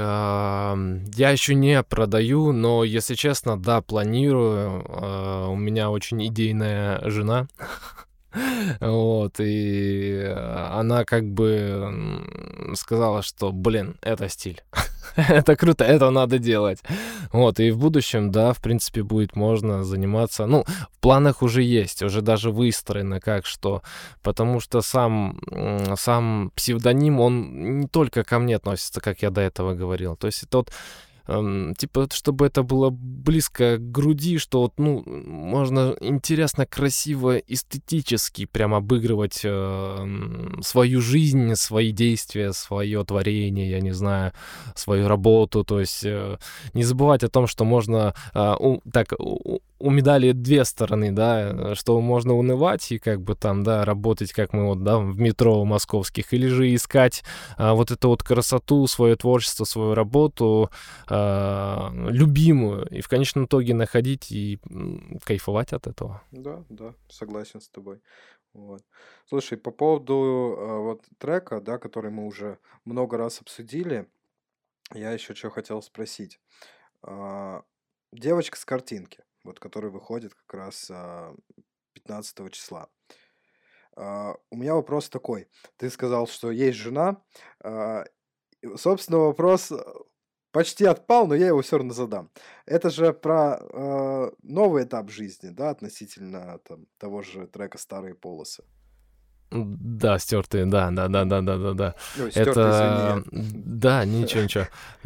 я еще не продаю, но, если честно, да, планирую. У меня очень идейная жена. Вот, и она как бы сказала, что, блин, это стиль. Это круто, это надо делать. Вот, и в будущем, да, в принципе, будет можно заниматься. Ну, в планах уже есть, уже даже выстроено как что. Потому что сам псевдоним, он не только ко мне относится, как я до этого говорил. То есть это вот типа, чтобы это было близко к груди, что вот, ну, можно интересно, красиво, эстетически прям обыгрывать свою жизнь, свои действия, свое творение, я не знаю, свою работу. То есть не забывать о том, что можно у медали две стороны, да, что можно унывать и как бы там, да, работать, как мы вот, да, в метро московских, или же искать вот эту вот красоту, свое творчество, свою работу, любимую, и в конечном итоге находить и кайфовать от этого. Да, да, согласен с тобой. Вот. Слушай, по поводу вот трека, да, который мы уже много раз обсудили, я еще что хотел спросить. А, Девочка с картинки, вот, которая выходит как раз 15 числа. У меня вопрос такой. Ты сказал, что есть жена. Собственно, вопрос почти отпал, но я его все равно задам. Это же про новый этап жизни, да, относительно там, того же трека «Старые полосы». Да, стертые, да. Ой, стертый, Это, извини. да, ничего.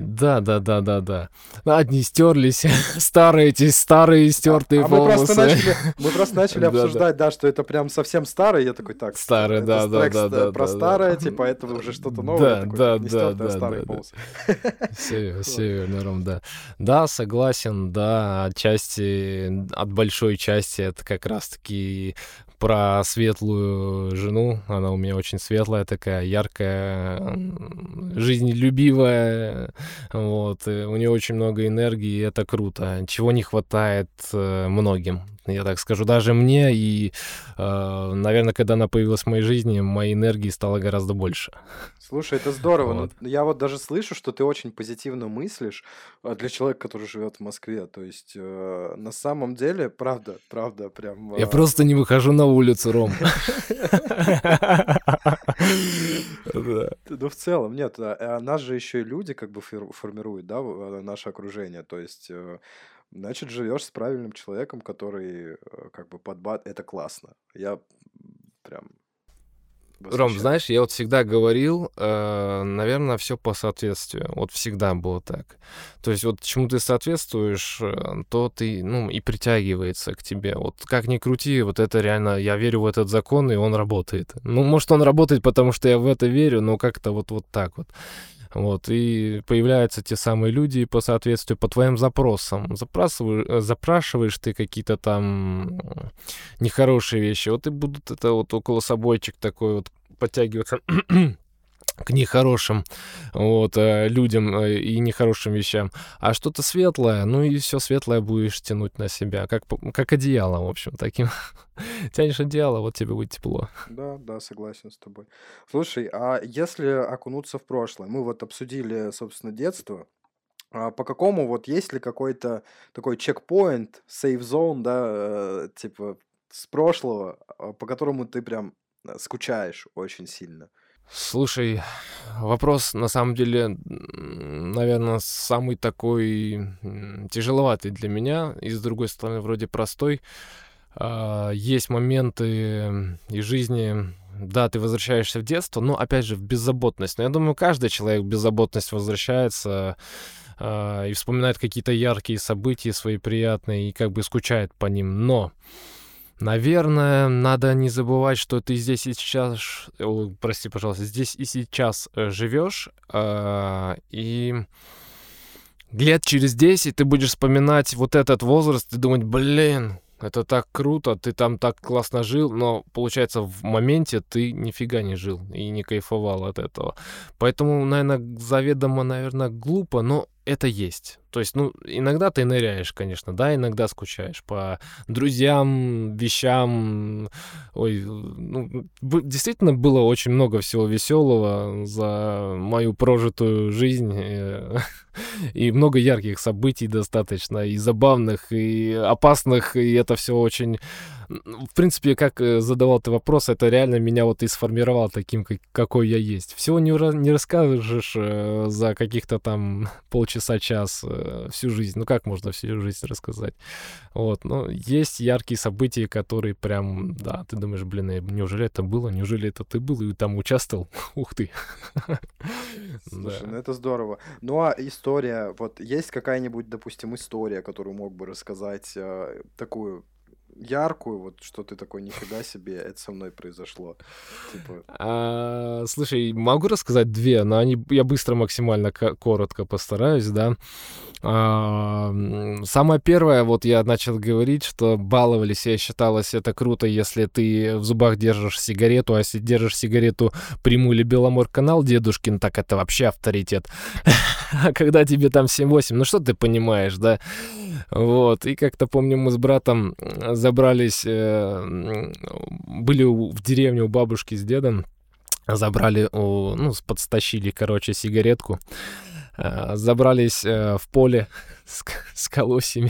Да. Одни стерлись, старые эти старые стертые Мы просто волосы. начали Да. обсуждать, да, что это прям совсем старый. Я такой, так, стоп, Старые, это трек да. про старое, типа, это уже что-то новое. Я такой, это не стертые, а старые Да. полосы. Все Вот. верно, Ром, да. Да, согласен, да, отчасти, от большой части это как раз-таки про светлую жену. Она у меня очень светлая такая, яркая, жизнелюбивая. Вот. И у нее очень много энергии, и это круто. Чего не хватает многим, я так скажу, даже мне. И, наверное, когда она появилась в моей жизни, моей энергии стало гораздо больше. Слушай, это здорово. Вот. Но я вот даже слышу, что ты очень позитивно мыслишь для человека, который живет в Москве. То есть на самом деле, правда, прям... Я просто не выхожу на улицу, Ром. Да. Ну, в целом, нет, нас же еще и люди как бы формируют, да, наше окружение. То есть, значит, живешь с правильным человеком, который как бы это классно. Я прям Ром, восхищаюсь. знаешь, я вот всегда говорил, наверное, все по соответствию. Вот всегда было так. То есть вот чему ты соответствуешь, то ты, ну, и притягивается к тебе. Вот как ни крути, вот это реально, я верю в этот закон, и он работает. Ну, может, он работает, потому что я в это верю, но как-то вот так вот. Вот, и появляются те самые люди по соответствию, по твоим запросам. Запрашиваешь ты какие-то там нехорошие вещи, вот и будут это вот около собойчик такой вот подтягиваться к нехорошим вот, людям и нехорошим вещам. А что-то светлое, ну и все светлое будешь тянуть на себя, как одеяло, в общем, таким. Тянешь одеяло, вот тебе будет тепло. Да, да, согласен с тобой. Слушай, а если окунуться в прошлое? Мы вот обсудили, собственно, детство. По какому вот есть ли какой-то такой чекпоинт, сейф зон, да, типа с прошлого, по которому ты прям скучаешь очень сильно? Слушай, вопрос на самом деле, наверное, самый такой тяжеловатый для меня, и с другой стороны вроде простой. Есть моменты из жизни, да, ты возвращаешься в детство, но опять же в беззаботность. Но я думаю, каждый человек в беззаботность возвращается и вспоминает какие-то яркие события свои приятные и как бы скучает по ним. Но наверное, надо не забывать, что ты здесь и сейчас, прости, пожалуйста, здесь и сейчас живешь, и лет через 10 ты будешь вспоминать вот этот возраст и думать, блин, это так круто, ты там так классно жил, но получается в моменте ты нифига не жил и не кайфовал от этого. Поэтому, наверное, заведомо, наверное, глупо, но это есть. То есть, ну, иногда ты ныряешь, конечно, да, иногда скучаешь по друзьям, вещам. Ой, ну, действительно было очень много всего веселого за мою прожитую жизнь. И много ярких событий достаточно, и забавных, и опасных, и это все очень В принципе, как задавал ты вопрос, это реально меня вот и сформировал таким, какой я есть. Всего не расскажешь за каких-то там полчаса-час всю жизнь. Ну как можно всю жизнь рассказать? Вот, но есть яркие события, которые прям, да, ты думаешь, блин, неужели это было? Неужели это ты был и там участвовал? Ух ты. Слушай, ну Да. это здорово. Ну а история, вот есть какая-нибудь, допустим, история, которую мог бы рассказать, такую яркую, вот что ты такой, нифига себе, это со мной произошло. Типа, Слушай, могу рассказать две, но я быстро максимально коротко постараюсь, да. Самое первое, вот я начал говорить, что баловались, и считалось это круто, если ты в зубах держишь сигарету, а если держишь сигарету прямую или Беломор-канал дедушкин, так это вообще авторитет. А когда тебе там 7-8, ну что ты понимаешь, да? Вот, и как-то помню, мы с братом забрались, были в деревне у бабушки с дедом, забрали, ну, подстащили, короче, сигаретку, забрались в поле с колосьями.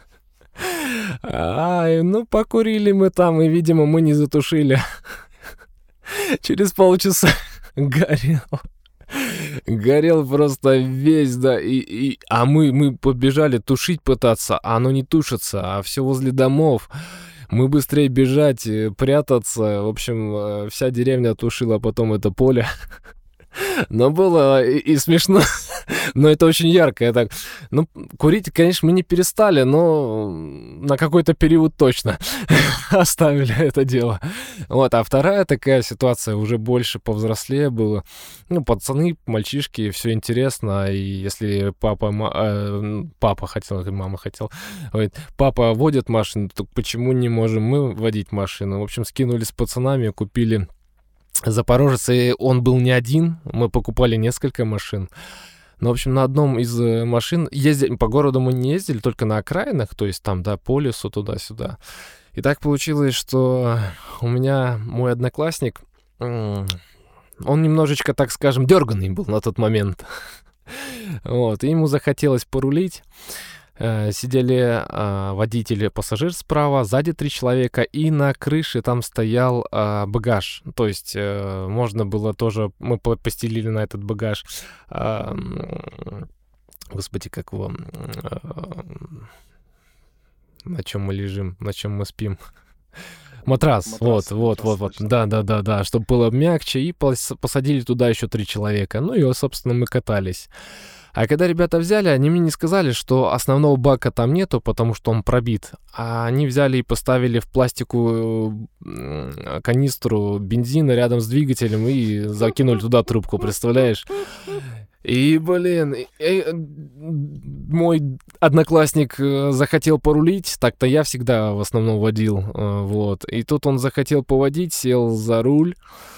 Ну, покурили мы там, и, видимо, мы не затушили. Через полчаса горел. Горел просто весь, да, а мы побежали тушить пытаться, а оно не тушится, а все возле домов. Мы быстрее бежать, прятаться. В общем, вся деревня тушила потом это поле. Но было и смешно, но это очень ярко. Я так, ну, курить, конечно, мы не перестали, но на какой-то период точно оставили это дело. Вот, а вторая такая ситуация уже больше повзрослее было. Ну, пацаны, мальчишки, все интересно. И если папа хотел, или мама хотел, говорит, папа водит машину, то почему не можем мы водить машину? В общем, скинулись с пацанами, купили Запорожец, и он был не один, мы покупали несколько машин. Ну, в общем, на одном из машин ездили, по городу мы не ездили, только на окраинах, то есть там, да, по лесу, туда-сюда. И так получилось, что у меня мой одноклассник, он немножечко, так скажем, дерганый был на тот момент. Вот, и ему захотелось порулить. Сидели водитель и пассажир справа, сзади 3 человека, и на крыше там стоял багаж. То есть можно было тоже, мы постелили на этот багаж, господи, как его, на чем мы лежим, на чем мы спим. Матрас, вот, точно. да, чтобы было мягче, и посадили туда еще 3 человека. Ну и, собственно, мы катались. А когда ребята взяли, они мне не сказали, что основного бака там нету, потому что он пробит. А они взяли и поставили в пластиковую канистру бензина рядом с двигателем и закинули туда трубку, представляешь? И, блин, мой одноклассник захотел порулить, так-то я всегда в основном водил, вот. И тут он захотел поводить, сел за руль.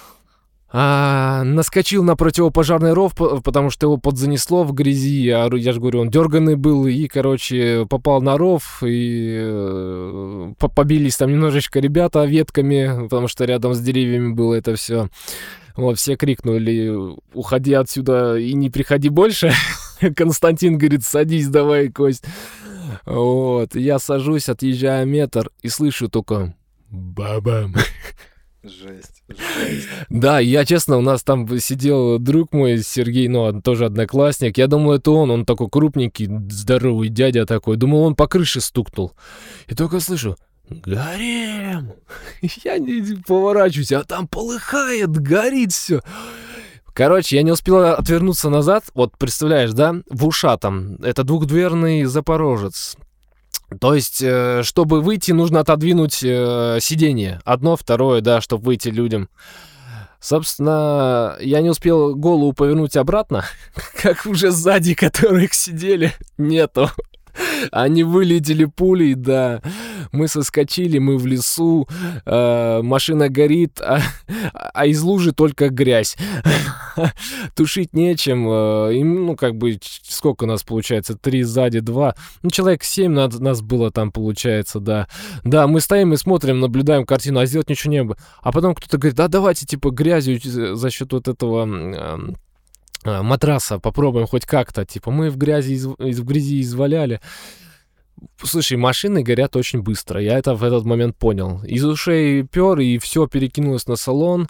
Наскочил на противопожарный ров, потому что его подзанесло в грязи. Я же говорю, он дерганый был, и, короче, попал на ров, и побились там немножечко ребята ветками, потому что рядом с деревьями было это все. Вот, все крикнули: уходи отсюда и не приходи больше. Константин говорит: садись давай, Кость. Вот, я сажусь, отъезжаю метр, и слышу только бабам. Жесть. Да, я, честно, у нас там сидел друг мой, Сергей, ну, тоже одноклассник. Я думал, это он такой крупненький, здоровый дядя такой. Думал, он по крыше стукнул. И только слышу: горим! Я не поворачиваюсь, а там полыхает, горит все. Короче, я не успел отвернуться назад. Вот, представляешь, да, в Ушатом. Это двухдверный Запорожец. То есть, чтобы выйти, нужно отодвинуть сиденье. Одно, второе, да, чтобы выйти людям. Собственно, я не успел голову повернуть обратно, как уже сзади, которых сидели, нету. Они вылетели пулей, да. Мы соскочили, мы в лесу, машина горит, а из лужи только грязь. Тушить нечем. Им, ну, как бы, сколько у нас получается? 3 сзади, 2. Ну, человек 7 нас было там, получается, да. Да, мы стоим и смотрим, наблюдаем картину, а сделать ничего не было. А потом кто-то говорит: да давайте, типа, грязью за счет вот этого матраса попробуем хоть как-то. Типа, мы в грязи изваляли. Слушай, машины горят очень быстро, я это в этот момент понял. Из ушей пёр, и все перекинулось на салон.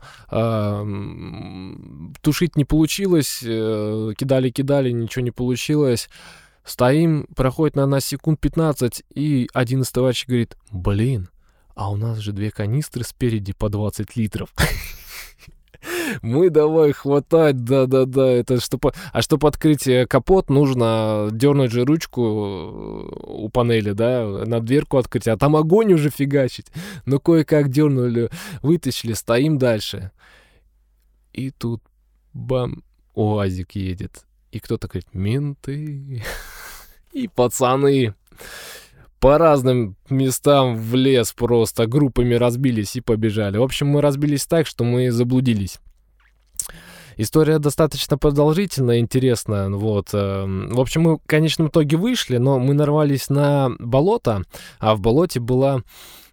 Тушить не получилось, кидали, ничего не получилось. Стоим, проходит, наверно, секунд 15, и один из товарищей говорит: «Блин, а у нас же 2 канистры спереди по 20 литров». Мы давай хватать, да-да-да, это чтобы открыть капот, нужно дернуть же ручку у панели, да, на дверку открыть, а там огонь уже фигачить. Ну, кое-как дернули, вытащили, стоим дальше. И тут бам, УАЗик едет. И кто-то говорит: «Менты». И пацаны по разным местам в лес просто группами разбились и побежали. В общем, мы разбились так, что мы заблудились. История достаточно продолжительная, интересная. Вот. В общем, мы в конечном итоге вышли, но мы нарвались на болото, а в болоте была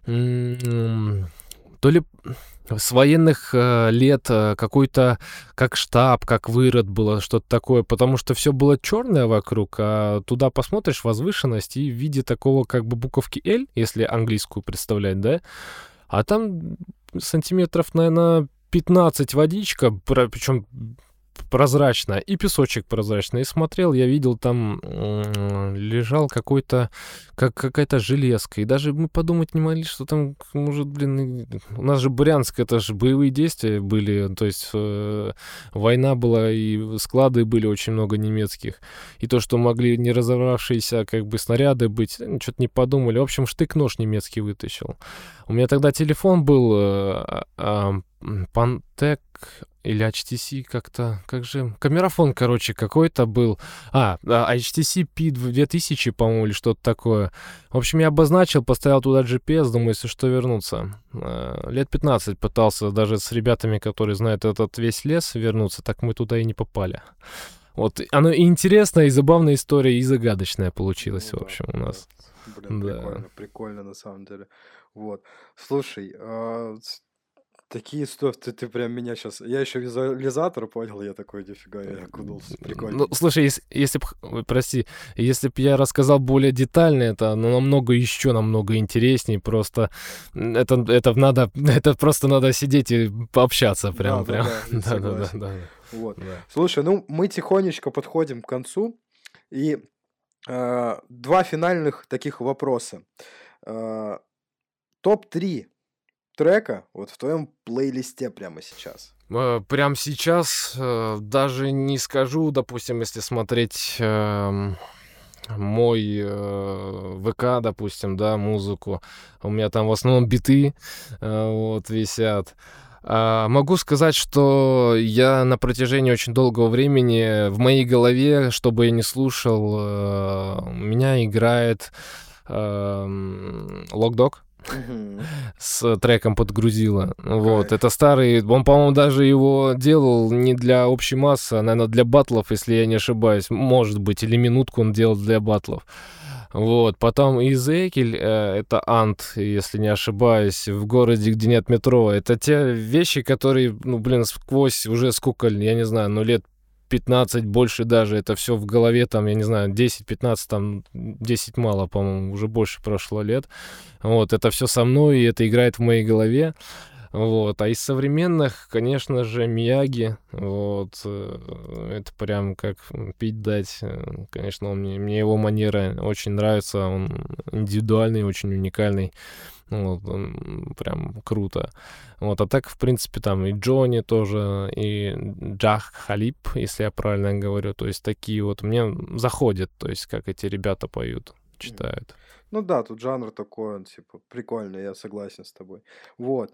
то ли с военных лет какой-то, как штаб, как вырод было, что-то такое, потому что все было черное вокруг, а туда посмотришь, возвышенность, и в виде такого как бы буковки «Л», если английскую представлять, да, а там сантиметров, наверное, 15 водичка, причем прозрачная, и песочек прозрачный. И смотрел, я видел, там лежал какая-то железка. И даже мы подумать не могли, что там, может, блин, у нас же Брянск, это же боевые действия были, то есть война была, и склады были очень много немецких. И то, что могли не разорвавшиеся как бы снаряды быть, что-то не подумали. В общем, штык-нож немецкий вытащил. У меня тогда телефон был Pantec или HTC как-то, как же, камерафон, короче, какой-то был. HTC P2000, по-моему, или что-то такое. В общем, я обозначил, поставил туда GPS, думаю, если что, вернуться. Лет 15 пытался даже с ребятами, которые знают этот весь лес, вернуться, так мы туда и не попали. Вот, оно и интересная, и забавная история, и загадочная получилась, в общем, у нас. Блин, прикольно на самом деле. Вот. Слушай, такие истории, ты прям меня сейчас... Я еще визуализатор понял, я такой, нифига, я окунулся. Прикольно. Ну, слушай, если б я рассказал более детально, это намного интереснее, просто это просто надо сидеть и пообщаться прям. Да. Вот. Да. Слушай, ну мы тихонечко подходим к концу, и 2 финальных таких вопроса. Топ-3 трека вот в твоем плейлисте прямо сейчас? Прямо сейчас даже не скажу, допустим, если смотреть мой ВК, допустим, да, музыку, у меня там в основном биты вот висят. Могу сказать, что я на протяжении очень долгого времени в моей голове, что бы я ни слушал, у меня играет Lock с треком «Подгрузила». Вот, это старый, он, по-моему, даже его делал не для общей массы, а, наверное, для баттлов, если я не ошибаюсь, может быть, или минутку он делал для баттлов. Вот, потом Изекиль, это Ант, если не ошибаюсь, в городе, где нет метро. Это те вещи, которые, сквозь уже сколько, я не знаю, лет 15, больше даже, это все в голове, там, я не знаю, 10-15, там, 10 мало, по-моему, уже больше прошло лет. Вот, это все со мной, и это играет в моей голове. Вот, а из современных, конечно же, Мияги, вот, это прям как пить дать. Конечно, мне его манера очень нравится, он индивидуальный, очень уникальный. Вот, прям круто. Вот, а так, в принципе, там и Джонни тоже, и Джах Халиб, если я правильно говорю. То есть такие вот мне заходят, то есть как эти ребята поют, читают. Ну да, тут жанр такой, он типа прикольный, я согласен с тобой. Вот.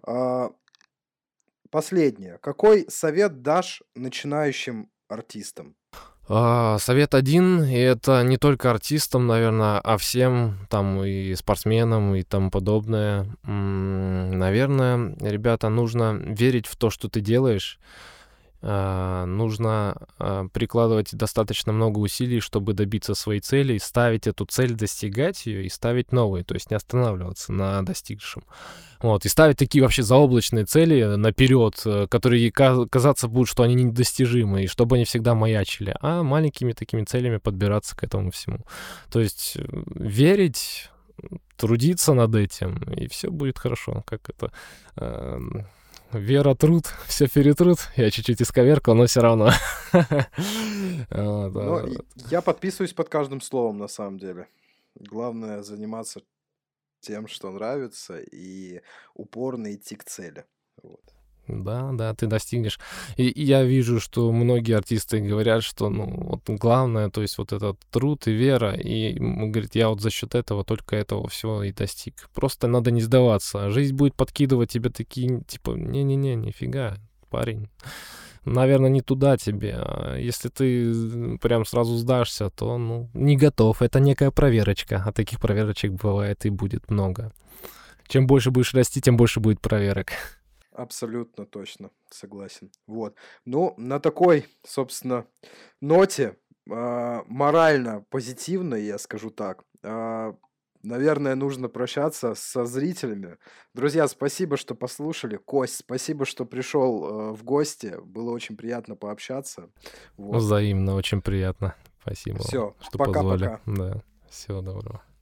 Последнее. Какой совет дашь начинающим артистам? Совет один, и это не только артистам, наверное, а всем, там, и спортсменам, и тому подобное. Наверное, ребята, нужно верить в то, что ты делаешь. нужно прикладывать достаточно много усилий, чтобы добиться своей цели, и ставить эту цель, достигать ее и ставить новые, то есть не останавливаться на достигшем. Вот, и ставить такие вообще заоблачные цели наперед, которые казаться будут, что они недостижимы, и чтобы они всегда маячили, а маленькими такими целями подбираться к этому всему. То есть верить, трудиться над этим, и все будет хорошо. Как это... Вера, труд, все перетрут. Я чуть-чуть исковеркал, но все равно. Но я подписываюсь под каждым словом, на самом деле. Главное заниматься тем, что нравится, и упорно идти к цели. Вот. Да, ты достигнешь. И я вижу, что многие артисты говорят, что, ну, вот главное, то есть вот этот труд и вера, и говорит, я вот за счет этого, только этого всего и достиг. Просто надо не сдаваться. Жизнь будет подкидывать тебе такие, типа, не-не-не, нифига, парень. Наверное, не туда тебе. А если ты прям сразу сдашься, то, ну, не готов. Это некая проверочка. А таких проверочек бывает и будет много. Чем больше будешь расти, тем больше будет проверок. Абсолютно точно, согласен. Вот. Ну, на такой, собственно, ноте, морально позитивной, я скажу так, наверное, нужно прощаться со зрителями. Друзья, спасибо, что послушали. Кость, спасибо, что пришел в гости. Было очень приятно пообщаться. Вот. Взаимно, очень приятно. Спасибо вам, Все, что позвали. пока-пока. Да, всего доброго.